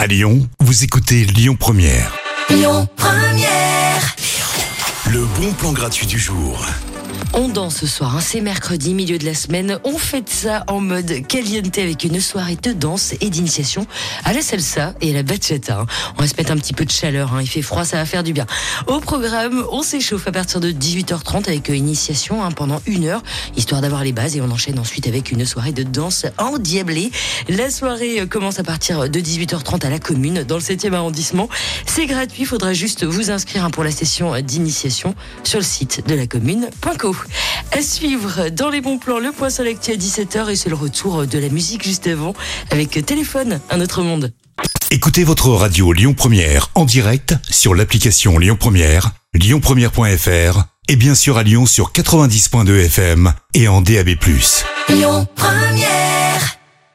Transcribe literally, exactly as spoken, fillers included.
À Lyon, vous écoutez Lyon Première. Lyon Première. Le bon plan gratuit du jour. On danse ce soir, hein, c'est mercredi, milieu de la semaine. On fête ça en mode caliente avec une soirée de danse et d'initiation à la salsa et à la bachata. Hein. On va se mettre un petit peu de chaleur, hein. Il fait froid, ça va faire du bien. Au programme, on s'échauffe à partir de dix-huit heures trente avec euh, initiation hein, pendant une heure, histoire d'avoir les bases, et on enchaîne ensuite avec une soirée de danse endiablée. La soirée euh, commence à partir de dix-huit heures trente à la Commune, dans le septième arrondissement. C'est gratuit, il faudra juste vous inscrire hein, pour la session d'initiation sur le site de la commune point co. À suivre dans les bons plans, le point sur l'actu à dix-sept heures, et c'est le retour de la musique juste avant avec Téléphone, un autre monde. Écoutez votre radio Lyon Première en direct sur l'application Lyon Première, lyon première point f r et bien sûr à Lyon sur quatre-vingt-dix virgule deux F M et en D A B plus. Lyon Première.